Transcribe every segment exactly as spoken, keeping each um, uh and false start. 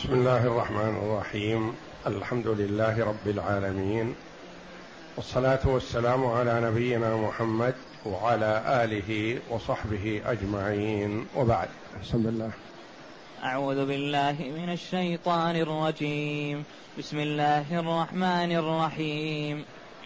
بسم الله الرحمن الرحيم. الحمد لله رب العالمين، والصلاة والسلام على نبينا محمد وعلى آله وصحبه أجمعين، وبعد. بسم الله. أعوذ بالله من الشيطان الرجيم. بسم الله الرحمن الرحيم.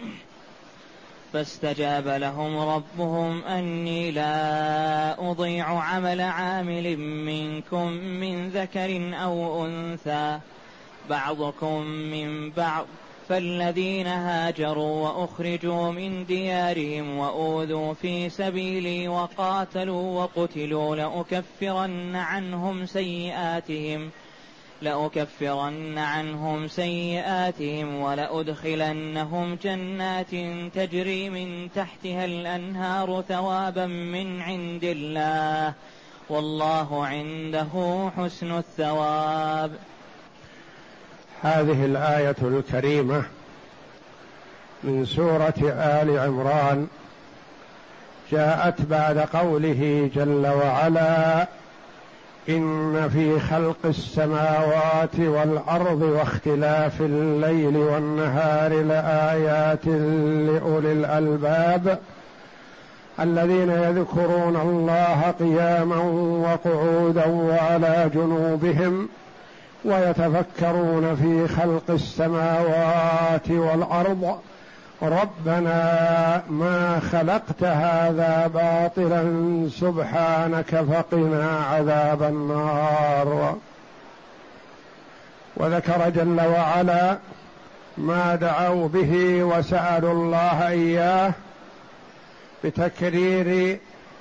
فاستجاب لهم ربهم أني لا أضيع عمل عامل منكم من ذكر أو أنثى بعضكم من بعض، فالذين هاجروا وأخرجوا من ديارهم وأوذوا في سبيلي وقاتلوا وقتلوا لأكفرن عنهم سيئاتهم لأكفرن عنهم سيئاتهم ولأدخلنهم جنات تجري من تحتها الأنهار ثوابا من عند الله، والله عنده حسن الثواب. هذه الآية الكريمة من سورة آل عمران جاءت بعد قوله جل وعلا: إن في خلق السماوات والأرض واختلاف الليل والنهار لآيات لأولي الألباب الذين يذكرون الله قياما وقعودا وعلى جنوبهم ويتفكرون في خلق السماوات والأرض ربنا ما خلقت هذا باطلا سبحانك فقنا عذاب النار. وذكر جل وعلا ما دعوا به وسألوا الله إياه بتكرير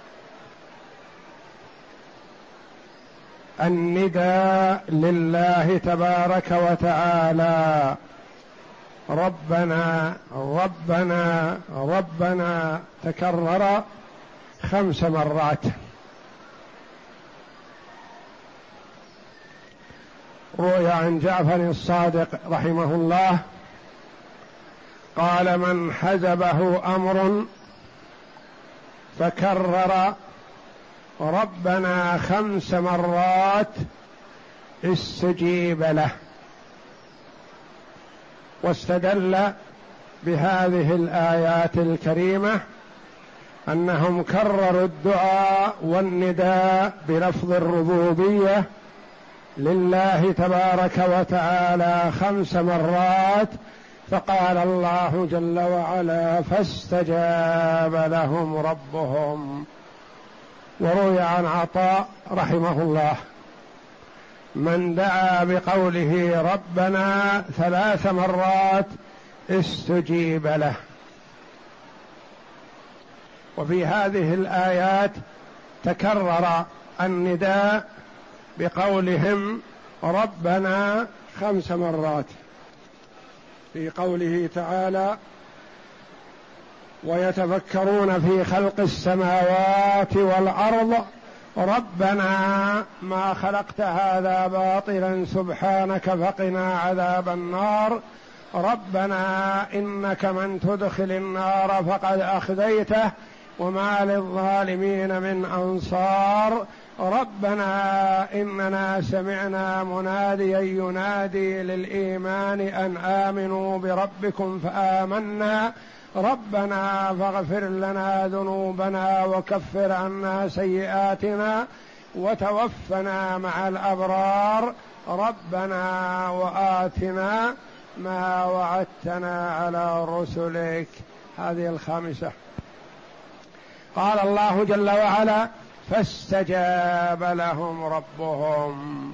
النداء لله تبارك وتعالى: ربنا ربنا ربنا، تكرر خمس مرات. روي عن جعفر الصادق رحمه الله قال: من حزبه أمر فكرر ربنا خمس مرات استجيب له. واستدل بهذه الآيات الكريمة أنهم كرروا الدعاء والنداء بلفظ الربوبية لله تبارك وتعالى خمس مرات، فقال الله جل وعلا: فاستجاب لهم ربهم. وروي عن عطاء رحمه الله: من دعا بقوله ربنا ثلاث مرات استجيب له. وفي هذه الآيات تكرر النداء بقولهم ربنا خمس مرات، في قوله تعالى: ويتفكرون في خلق السماوات والأرض ربنا ما خلقت هذا باطلا سبحانك فقنا عذاب النار، ربنا إنك من تدخل النار فقد أخزيته وما للظالمين من أنصار، ربنا إننا سمعنا مناديا ينادي للإيمان أن آمنوا بربكم فآمنا، ربنا فاغفر لنا ذنوبنا وكفر عنا سيئاتنا وتوفنا مع الأبرار، ربنا وآتنا ما وعدتنا على رسلك. هذه الخامسة. قال الله جل وعلا: فاستجاب لهم ربهم.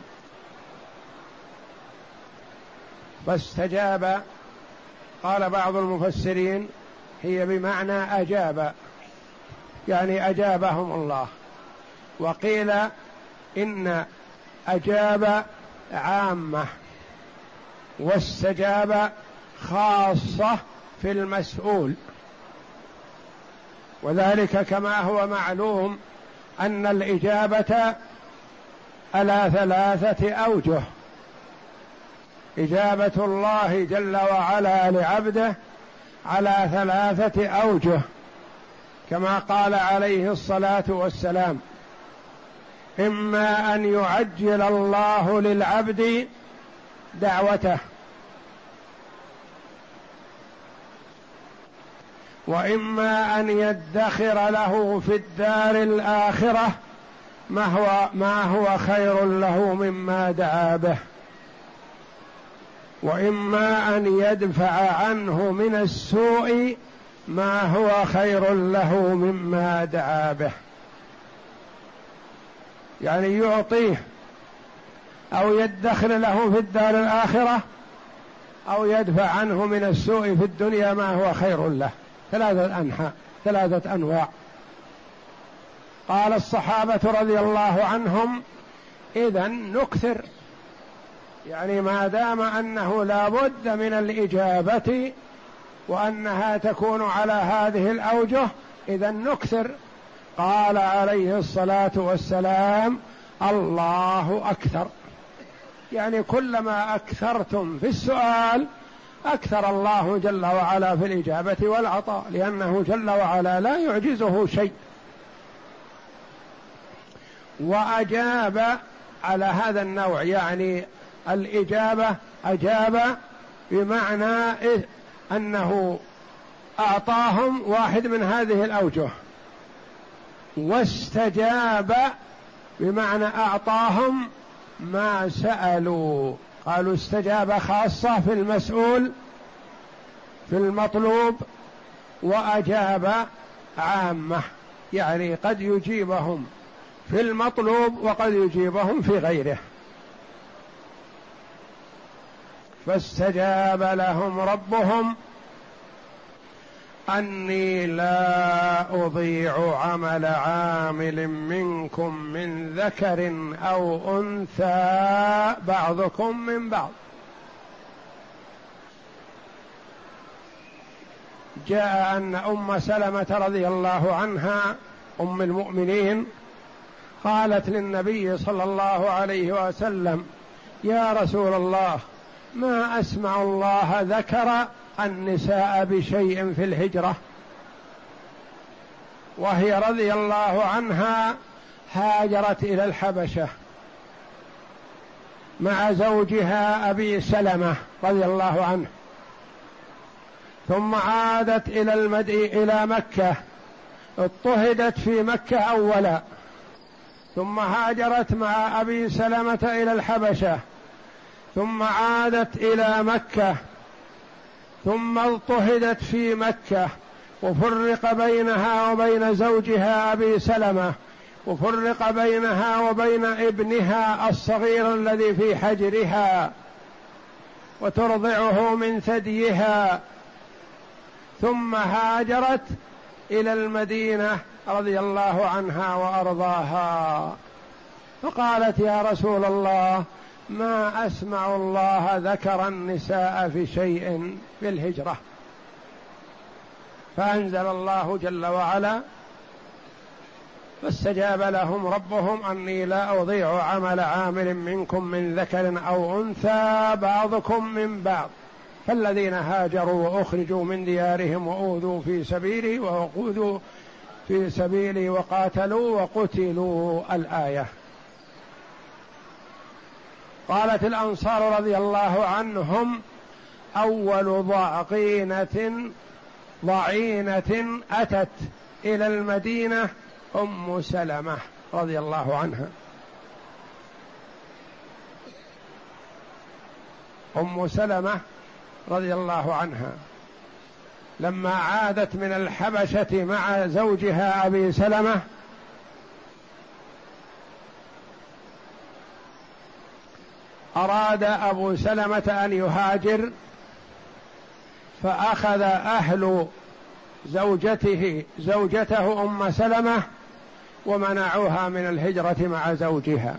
فاستجاب قال بعض المفسرين هي بمعنى أجاب، يعني أجابهم الله. وقيل إن أجاب عامة واستجاب خاصة في المسؤول، وذلك كما هو معلوم أن الإجابة على ثلاثة أوجه: إجابة الله جل وعلا لعبده على ثلاثة أوجه، كما قال عليه الصلاة والسلام: إما أن يعجل الله للعبد دعوته، وإما أن يدخر له في الدار الآخرة ما هو ما هو خير له مما دعا به، وإما أن يدفع عنه من السوء ما هو خير له مما دعا به، يعني يعطيه أو يدخر له في الدار الآخرة أو يدفع عنه من السوء في الدنيا ما هو خير له. ثلاثة أنحاء، ثلاثة أنواع. قال الصحابة رضي الله عنهم: إذن نكثر، يعني ما دام أنه لا بد من الإجابة وأنها تكون على هذه الأوجه إذن نكثر. قال عليه الصلاة والسلام: الله أكثر، يعني كلما أكثرتم في السؤال أكثر الله جل وعلا في الإجابة والعطاء، لأنه جل وعلا لا يعجزه شيء. وأجاب على هذا النوع، يعني الإجابة أجاب بمعنى أنه أعطاهم واحد من هذه الأوجه، واستجاب بمعنى أعطاهم ما سألوا. قالوا استجاب خاصة في المسؤول في المطلوب، وأجاب عامة، يعني قد يجيبهم في المطلوب وقد يجيبهم في غيره. فاستجاب لهم ربهم أني لا أضيع عمل عامل منكم من ذكر أو أنثى بعضكم من بعض. جاء أن أم سلمة رضي الله عنها أم المؤمنين قالت للنبي صلى الله عليه وسلم: يا رسول الله، ما أسمع الله ذكر النساء بشيء في الهجرة. وهي رضي الله عنها هاجرت إلى الحبشة مع زوجها أبي سلمة رضي الله عنه، ثم عادت إلى المدي إلى مكة، اضطهدت في مكة أولا، ثم هاجرت مع أبي سلمة إلى الحبشة، ثم عادت إلى مكة، ثم اضطهدت في مكة، وفرق بينها وبين زوجها أبي سلمة، وفرق بينها وبين ابنها الصغير الذي في حجرها وترضعه من ثديها، ثم هاجرت إلى المدينة رضي الله عنها وأرضاها. فقالت: يا رسول الله، ما أسمع الله ذكر النساء في شيء في الهجرة. فأنزل الله جل وعلا: فاستجاب لهم ربهم أني لا أضيع عمل عامل منكم من ذكر أو أنثى بعضكم من بعض، فالذين هاجروا وأخرجوا من ديارهم وأوذوا في سبيلي وأوذوا في سبيلي وقاتلوا وقتلوا. الآية. قالت الأنصار رضي الله عنهم: أول ضعينة ضعينة أتت إلى المدينة أم سلمة رضي الله عنها. أم سلمة رضي الله عنها لما عادت من الحبشة مع زوجها أبي سلمة أراد أبو سلمة أن يهاجر، فأخذ أهل زوجته زوجته أم سلمة ومنعوها من الهجرة مع زوجها،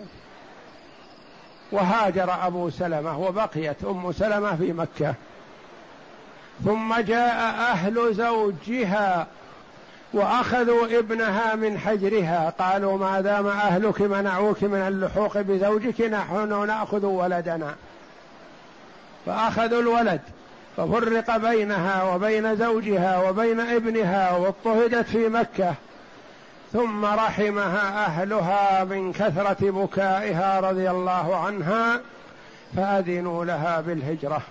وهاجر أبو سلمة وبقيت أم سلمة في مكة. ثم جاء أهل زوجها وأخذوا ابنها من حجرها، قالوا: ما دام أهلك منعوك من اللحوق بزوجك نحن نأخذ ولدنا، فأخذوا الولد، ففرق بينها وبين زوجها وبين ابنها واضطهدت في مكة، ثم رحمها أهلها من كثرة بكائها رضي الله عنها، فأذنوا لها بالهجرة،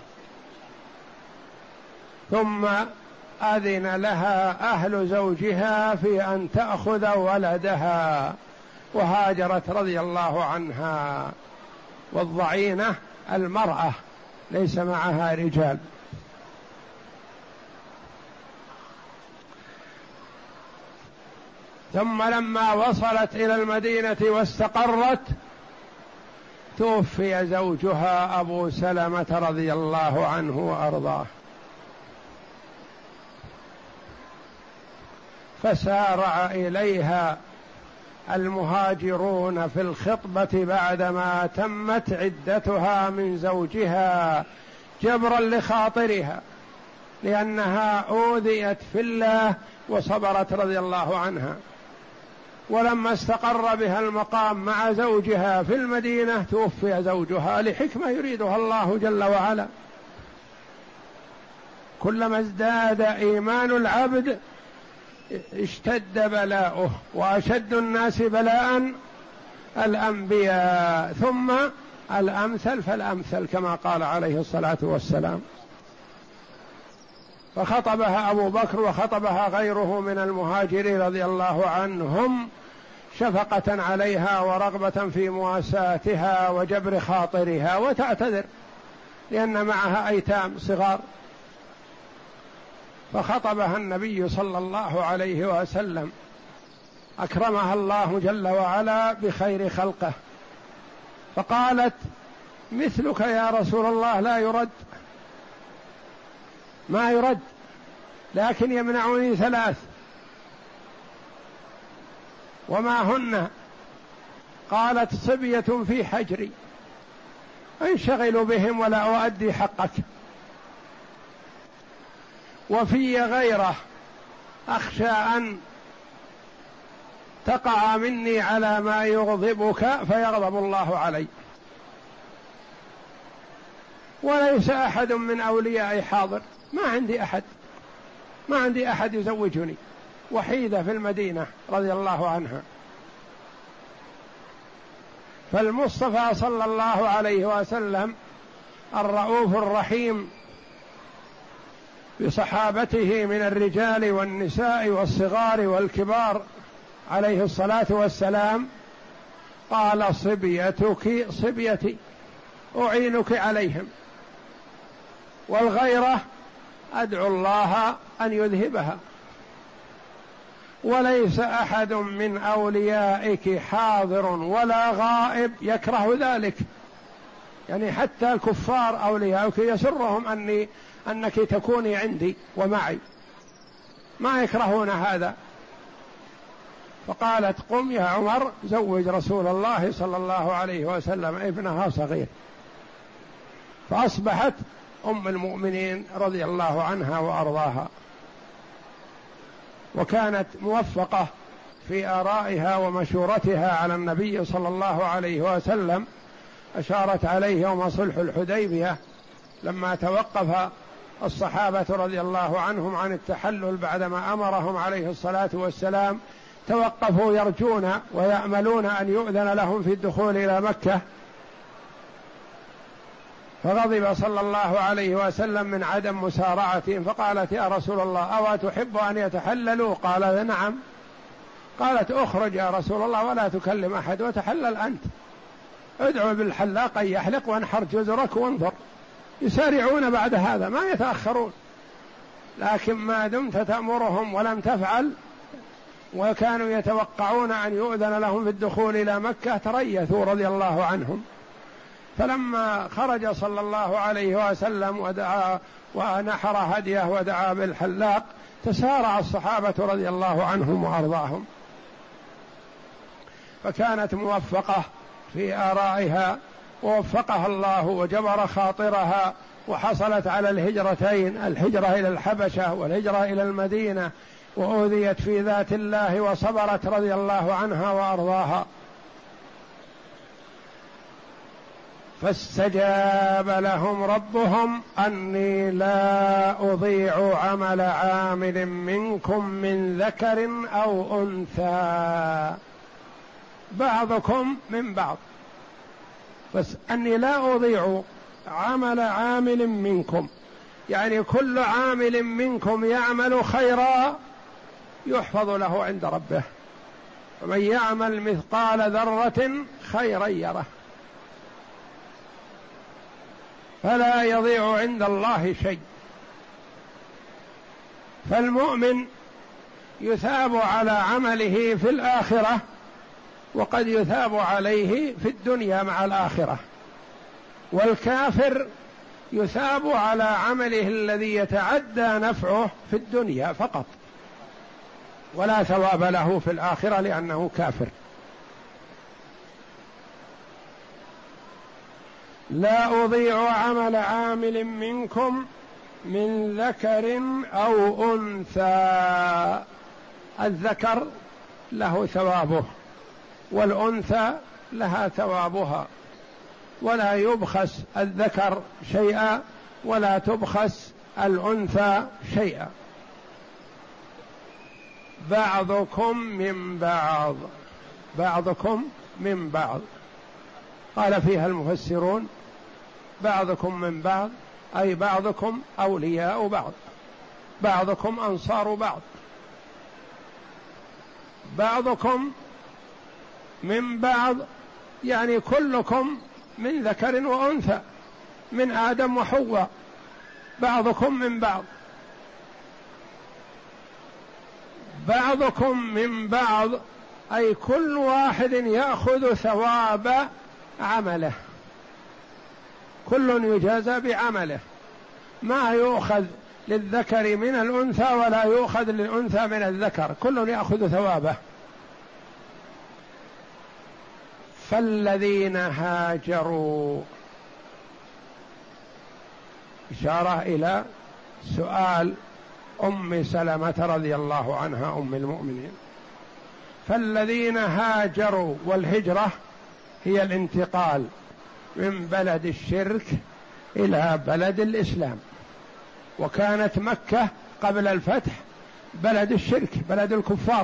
ثم أذن لها أهل زوجها في أن تأخذ ولدها وهاجرت رضي الله عنها. والضعينة المرأة ليس معها رجال. ثم لما وصلت إلى المدينة واستقرت توفي زوجها أبو سلمة رضي الله عنه وأرضاه، فسارع إليها المهاجرون في الخطبة بعدما تمت عدتها من زوجها جبرا لخاطرها، لأنها أوذيت في الله وصبرت رضي الله عنها. ولما استقر بها المقام مع زوجها في المدينة توفي زوجها لحكمة يريدها الله جل وعلا. كلما ازداد إيمان العبد اشتد بلاؤه، وأشد الناس بلاء الأنبياء ثم الأمثل فالأمثل كما قال عليه الصلاة والسلام. فخطبها أبو بكر وخطبها غيره من المهاجرين رضي الله عنهم شفقة عليها ورغبة في مواساتها وجبر خاطرها، وتعتذر لأن معها أيتام صغار. فخطبها النبي صلى الله عليه وسلم، أكرمها الله جل وعلا بخير خلقه، فقالت: مثلك يا رسول الله لا يرد، ما يرد، لكن يمنعني ثلاث. وما هن؟ قالت: صبية في حجري انشغل بهم ولا أؤدي حقك، وفي غيره أخشى أن تقع مني على ما يغضبك فيغضب الله علي، وليس أحد من أوليائي حاضر، ما عندي أحد، ما عندي أحد يزوجني، وحيدة في المدينة رضي الله عنها. فالمصطفى صلى الله عليه وسلم الرؤوف الرحيم بصحابته من الرجال والنساء والصغار والكبار عليه الصلاة والسلام قال: صبيتك صبيتي أعينك عليهم، والغيرة أدعو الله أن يذهبها، وليس أحد من أوليائك حاضر ولا غائب يكره ذلك. يعني حتى الكفار أوليائك يسرهم أني أنك تكوني عندي ومعي، ما يكرهون هذا. فقالت: قم يا عمر زوج رسول الله صلى الله عليه وسلم ابنها صغير. فأصبحت أم المؤمنين رضي الله عنها وأرضاها، وكانت موفقة في آرائها ومشورتها على النبي صلى الله عليه وسلم. أشارت عليه يوم صلح الحديبية لما توقف الصحابة رضي الله عنهم عن التحلل بعدما أمرهم عليه الصلاة والسلام، توقفوا يرجون ويأملون أن يؤذن لهم في الدخول إلى مكة، فغضب صلى الله عليه وسلم من عدم مسارعتهم، فقالت: يا رسول الله أو تحب أن يتحللوا؟ قال: نعم. قالت: اخرج يا رسول الله ولا تكلم أحد وتحلل أنت، ادعو بالحلاق أن يحلق وانحر جزرك وانظر. يسارعون بعد هذا ما يتأخرون، لكن ما دمت تأمرهم ولم تفعل وكانوا يتوقعون أن يؤذن لهم في الدخول إلى مكة تريثوا رضي الله عنهم. فلما خرج صلى الله عليه وسلم ودعا ونحر هديه ودعا بالحلاق تسارع الصحابة رضي الله عنهم وأرضاهم. فكانت موفقة في آرائها ووفقها الله وجبر خاطرها، وحصلت على الهجرتين، الهجرة إلى الحبشة والهجرة إلى المدينة، وأوذيت في ذات الله وصبرت رضي الله عنها وأرضاها. فاستجاب لهم ربهم أني لا أضيع عمل عامل منكم من ذكر أو أنثى، بعضكم من بعض، بس أني لا أضيع عمل عامل منكم، يعني كل عامل منكم يعمل خيرا يحفظ له عند ربه، ومن يعمل مثقال ذرة خيرا يره، فلا يضيع عند الله شيء. فالمؤمن يثاب على عمله في الآخرة، وقد يثاب عليه في الدنيا مع الآخرة، والكافر يثاب على عمله الذي يتعدى نفعه في الدنيا فقط، ولا ثواب له في الآخرة لأنه كافر. لا أضيع عمل عامل منكم من ذكر أو أنثى، الذكر له ثوابه والأنثى لها ثوابها، ولا يبخس الذكر شيئا ولا تبخس الأنثى شيئا. بعضكم من بعض، بعضكم من بعض، قال فيها المفسرون بعضكم من بعض أي بعضكم أولياء بعض، بعضكم أنصار بعض. بعضكم من بعض يعني كلكم من ذكر وأنثى، من آدم وحواء، بعضكم من بعض. بعضكم من بعض أي كل واحد يأخذ ثواب عمله، كل يجازى بعمله، ما يؤخذ للذكر من الأنثى ولا يؤخذ للأنثى من الذكر، كل يأخذ ثوابه. فالذين هاجروا، إشارة إلى سؤال أم سلمة رضي الله عنها أم المؤمنين. فالذين هاجروا، والهجرة هي الانتقال من بلد الشرك إلى بلد الإسلام، وكانت مكة قبل الفتح بلد الشرك، بلد الكفار،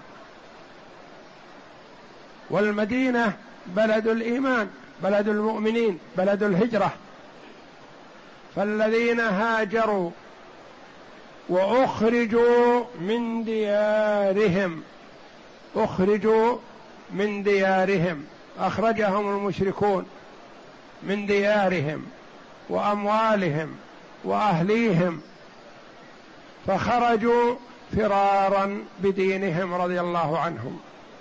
والمدينة بلد الإيمان، بلد المؤمنين، بلد الهجرة. فالذين هاجروا وأخرجوا من ديارهم، أخرجوا من ديارهم، أخرجهم المشركون من ديارهم وأموالهم وأهليهم، فخرجوا فرارا بدينهم رضي الله عنهم.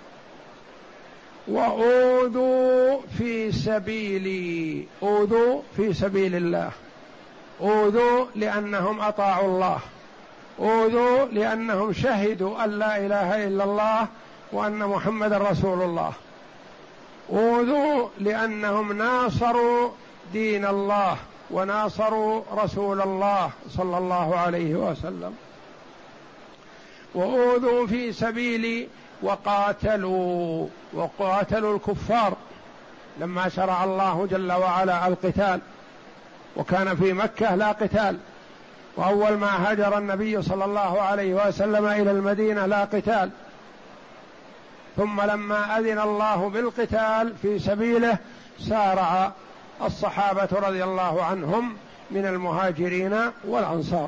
وأوذوا في سبيلي، أوذوا في سبيل الله، أوذوا لأنهم أطاعوا الله، أوذوا لأنهم شهدوا أن لا إله إلا الله وأن محمد رسول الله، أوذوا لأنهم ناصروا دين الله وناصروا رسول الله صلى الله عليه وسلم. وأوذوا في سبيلي وقاتلوا، وقاتلوا الكفار لما شرع الله جل وعلا القتال، وكان في مكة لا قتال، وأول ما هاجر النبي صلى الله عليه وسلم إلى المدينة لا قتال، ثم لما أذن الله بالقتال في سبيله سارع الصحابة رضي الله عنهم من المهاجرين والأنصار.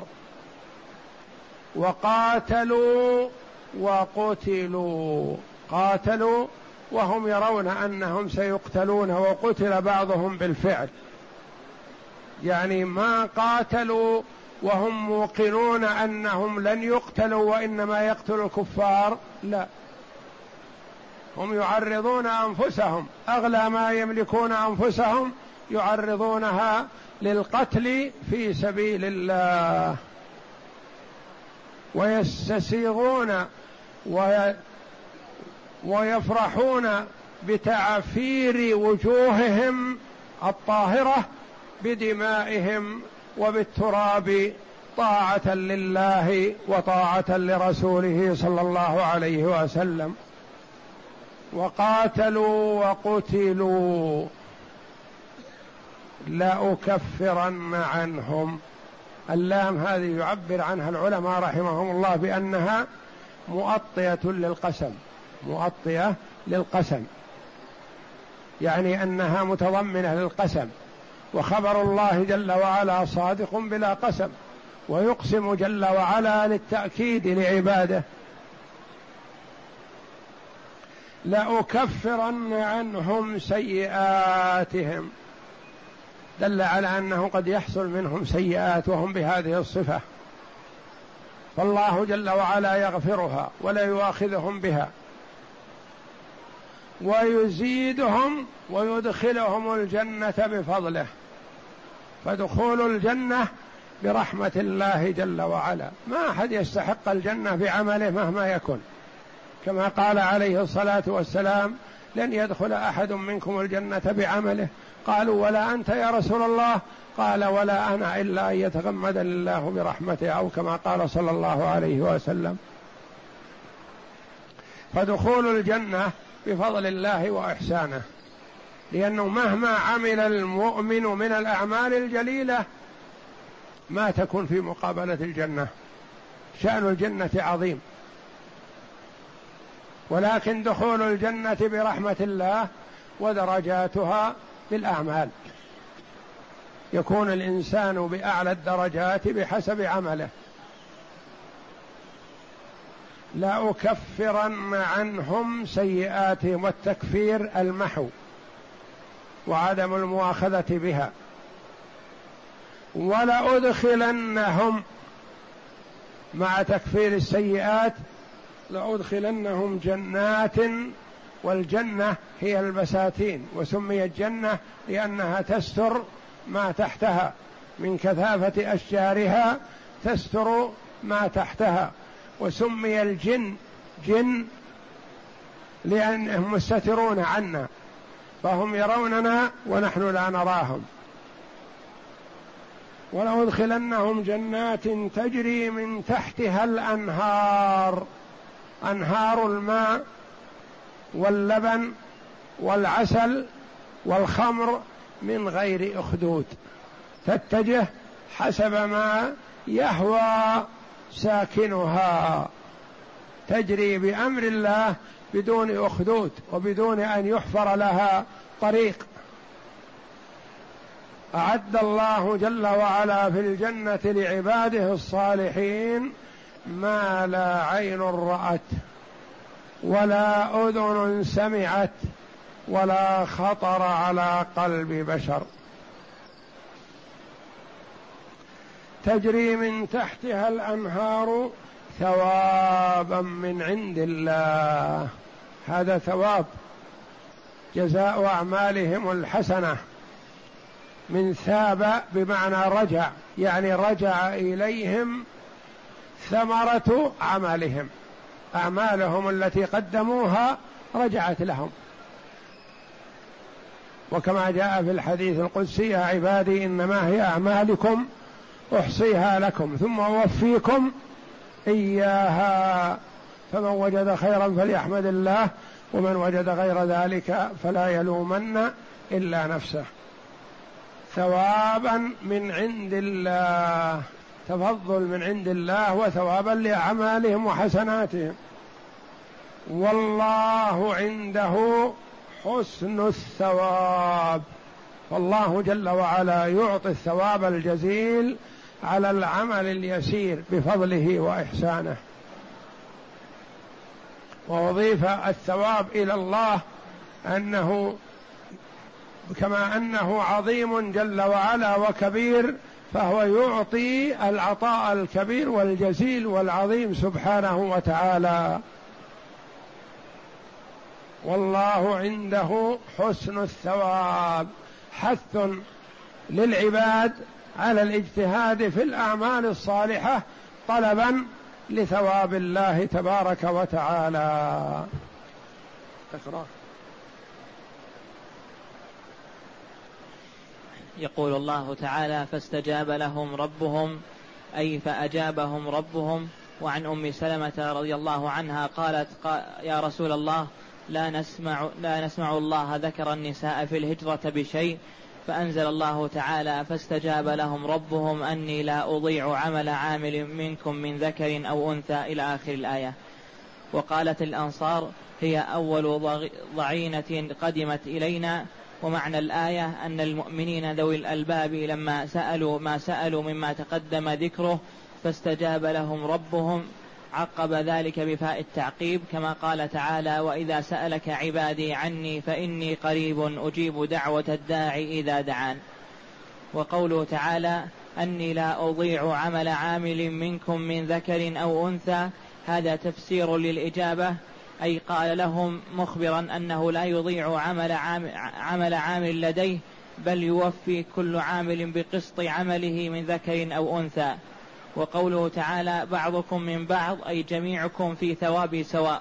وقاتلوا وقتلوا، قاتلوا وهم يرون أنهم سيقتلون، وقتل بعضهم بالفعل، يعني ما قاتلوا وهم موقنون أنهم لن يقتلوا وإنما يقتل الكفار، لا، هم يعرضون أنفسهم، أغلى ما يملكون أنفسهم يعرضونها للقتل في سبيل الله، ويستسيغون ويفرحون بتعفير وجوههم الطاهرة بدمائهم وبالتراب طاعة لله وطاعة لرسوله صلى الله عليه وسلم. وقاتلوا وقتلوا لأكفرن عنهم، اللام هذه يعبر عنها العلماء رحمهم الله بأنها مؤطية للقسم، مؤطية للقسم، يعني أنها متضمنة للقسم، وخبر الله جل وعلا صادق بلا قسم، ويقسم جل وعلا للتأكيد لعباده: لأكفرن عنهم سيئاتهم، دل على أنه قد يحصل منهم سيئات وهم بهذه الصفة، فالله جل وعلا يغفرها ولا يؤاخذهم بها، ويزيدهم ويدخلهم الجنة بفضله، فدخول الجنة برحمة الله جل وعلا، ما أحد يستحق الجنة بعمله مهما يكن، كما قال عليه الصلاة والسلام: لن يدخل أحد منكم الجنة بعمله. قالوا: ولا أنت يا رسول الله؟ قال: ولا أنا إلا أن يتغمدني الله برحمته، أو كما قال صلى الله عليه وسلم. فدخول الجنة بفضل الله وإحسانه، لأنه مهما عمل المؤمن من الأعمال الجليلة ما تكون في مقابلة الجنة، شأن الجنة عظيم، ولكن دخول الجنة برحمة الله ودرجاتها بالأعمال، يكون الإنسان بأعلى الدرجات بحسب عمله. لأكفرن عنهم سيئاتهم، والتكفير المحو وعدم المؤاخذة بها. ولأدخلنهم، مع تكفير السيئات لأدخلنهم جنات، والجنة هي البساتين، وسميت جنة لأنها تستر ما تحتها من كثافة أشجارها، تستر ما تحتها، وسمي الجن جن لأنهم مستترون عنا، فهم يروننا ونحن لا نراهم. ولأدخلنهم جنات تجري من تحتها الأنهار، أنهار الماء واللبن والعسل والخمر من غير أخدود، تتجه حسب ما يهوى ساكنها، تجري بأمر الله بدون أخدود وبدون أن يحفر لها طريق. أعد الله جل وعلا في الجنة لعباده الصالحين ما لا عين رأت ولا أذن سمعت ولا خطر على قلب بشر، تجري من تحتها الأنهار ثوابا من عند الله، هذا ثواب جزاء أعمالهم الحسنة، من ثاب بمعنى رجع، يعني رجع إليهم ثمرة عملهم، أعمالهم التي قدموها رجعت لهم. وكما جاء في الحديث القدسي: يا عبادي إنما هي أعمالكم أحصيها لكم ثم أوفيكم إياها، فمن وجد خيرا فليحمد الله، ومن وجد غير ذلك فلا يلومن إلا نفسه. ثوابا من عند الله، تفضل من عند الله وثوابا لأعمالهم وحسناتهم. والله عنده حسن الثواب، فالله جل وعلا يعطي الثواب الجزيل على العمل اليسير بفضله وإحسانه. وأضيف الثواب إلى الله أنه كما أنه عظيم جل وعلا وكبير، فهو يعطي العطاء الكبير والجزيل والعظيم سبحانه وتعالى. والله عنده حسن الثواب، حث للعباد على الاجتهاد في الأعمال الصالحة طلبا لثواب الله تبارك وتعالى. تقرأ. يقول الله تعالى: فاستجاب لهم ربهم، أي فأجابهم ربهم. وعن أم سلمة رضي الله عنها قالت: قال يا رسول الله، لا نسمع, لا نسمع الله ذكر النساء في الهجرة بشيء، فأنزل الله تعالى: فاستجاب لهم ربهم أني لا أضيع عمل عامل منكم من ذكر أو أنثى، إلى آخر الآية. وقالت الأنصار هي أول ضعينة قدمت إلينا. ومعنى الآية أن المؤمنين ذوي الألباب لما سألوا ما سألوا مما تقدم ذكره فاستجاب لهم ربهم، عقب ذلك بفاء التعقيب كما قال تعالى: وإذا سألك عبادي عني فإني قريب أجيب دعوة الداعي إذا دعان. وقوله تعالى: أني لا أضيع عمل عامل منكم من ذكر أو أنثى، هذا تفسير للإجابة، أي قال لهم مخبرا أنه لا يضيع عمل عامل, عمل عامل لديه، بل يوفي كل عامل بقسط عمله من ذكر أو أنثى. وقوله تعالى: بعضكم من بعض، أي جميعكم في ثواب سواء.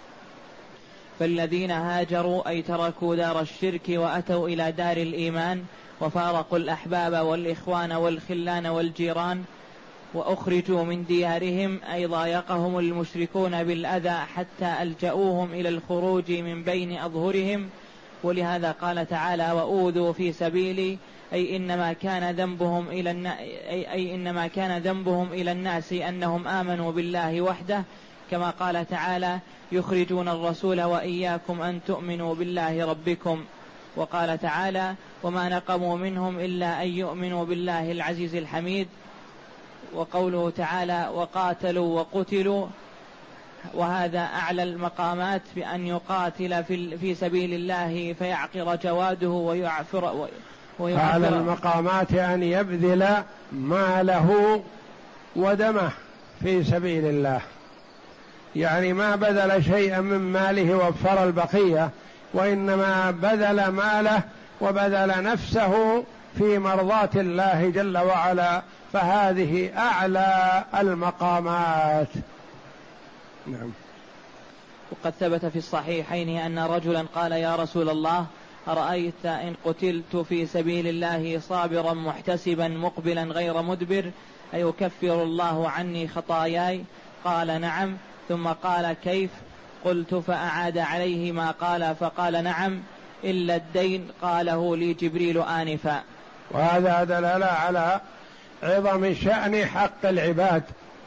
فالذين هاجروا أي تركوا دار الشرك وأتوا إلى دار الإيمان وفارقوا الأحباب والإخوان والخلان والجيران وأخرجوا من ديارهم، أي ضايقهم المشركون بالأذى حتى ألجأوهم إلى الخروج من بين أظهرهم. ولهذا قال تعالى: وأوذوا في سبيلي، أي إنما كان ذنبهم إلى النا... أي... أي إنما كان ذنبهم إلى الناس أنهم آمنوا بالله وحده، كما قال تعالى: يخرجون الرسول وإياكم أن تؤمنوا بالله ربكم. وقال تعالى: وما نقموا منهم إلا أن يؤمنوا بالله العزيز الحميد. وقوله تعالى: وقاتلوا وقتلوا، وهذا أعلى المقامات، بأن يقاتل في, في سبيل الله فيعقر جواده ويعفر, ويعفر. أعلى المقامات أن يبذل ماله ودمه في سبيل الله، يعني ما بذل شيئا من ماله وفر البقية، وإنما بذل ماله وبذل نفسه في مرضاة الله جل وعلا، فهذه أعلى المقامات. نعم. وقد ثبت في الصحيحين أن رجلا قال: يا رسول الله، أرأيت إن قتلت في سبيل الله صابرا محتسبا مقبلا غير مدبر أيكفر الله عني خطاياي؟ قال: نعم. ثم قال: كيف؟ قلت: فأعاد عليه ما قال فقال: نعم إلا الدين قاله لي جبريل آنفا. وهذا دلالة على عظم شأن حق العباد،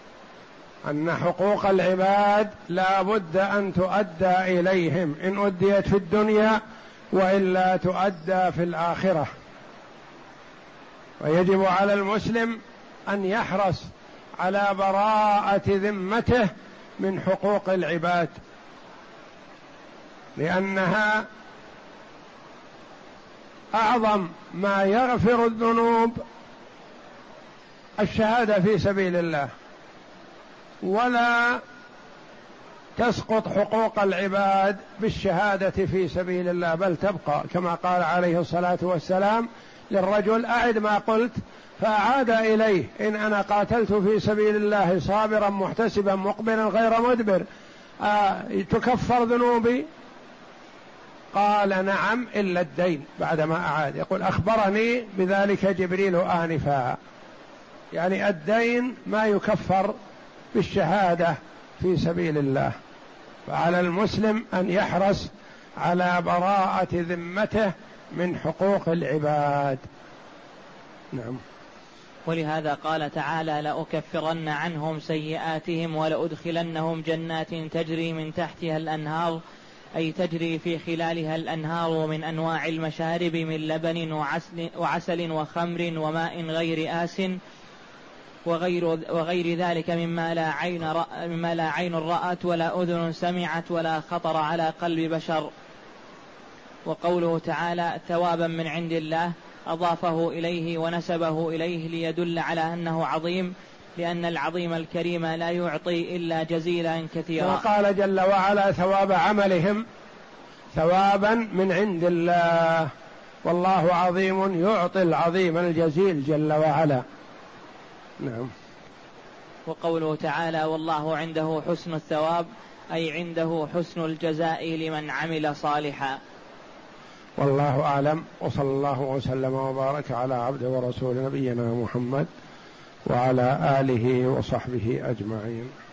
أن حقوق العباد لا بد أن تؤدى إليهم إن أديت في الدنيا، وإلا تؤدى في الآخرة. ويجب على المسلم أن يحرص على براءة ذمته من حقوق العباد، لأنها أعظم ما يغفر الذنوب الشهادة في سبيل الله، ولا تسقط حقوق العباد بالشهادة في سبيل الله، بل تبقى، كما قال عليه الصلاة والسلام للرجل: أعد ما قلت، فأعاد إليه: إن أنا قاتلت في سبيل الله صابرا محتسبا مقبلا غير مدبر آه تكفر ذنوبي؟ قال: نعم إلا الدين. بعدما أعاد يقول: أخبرني بذلك جبريل آنفا، يعني الدين ما يكفر بالشهادة في سبيل الله. فعلى المسلم أن يحرص على براءة ذمته من حقوق العباد. نعم. ولهذا قال تعالى: لأكفرن عنهم سيئاتهم ولأدخلنهم جنات تجري من تحتها الأنهار، أي تجري في خلالها الأنهار من أنواع المشارب من لبن وعسل, وعسل وخمر وماء غير آس وغير, وغير ذلك مما لا, عين مما لا عين رأت ولا أذن سمعت ولا خطر على قلب بشر. وقوله تعالى: ثوابا من عند الله، أضافه إليه ونسبه إليه ليدل على أنه عظيم، لأن العظيم الكريم لا يعطي إلا جزيلا كثيرا. وقال جل وعلا: ثواب عملهم ثوابا من عند الله، والله عظيم يعطي العظيم الجزيل جل وعلا. نعم. وقوله تعالى: والله عنده حسن الثواب، أي عنده حسن الجزاء لمن عمل صالحا. والله أعلم، وصلى الله وسلم وبارك على عبد ورسول نبينا محمد وعلى آله وصحبه أجمعين.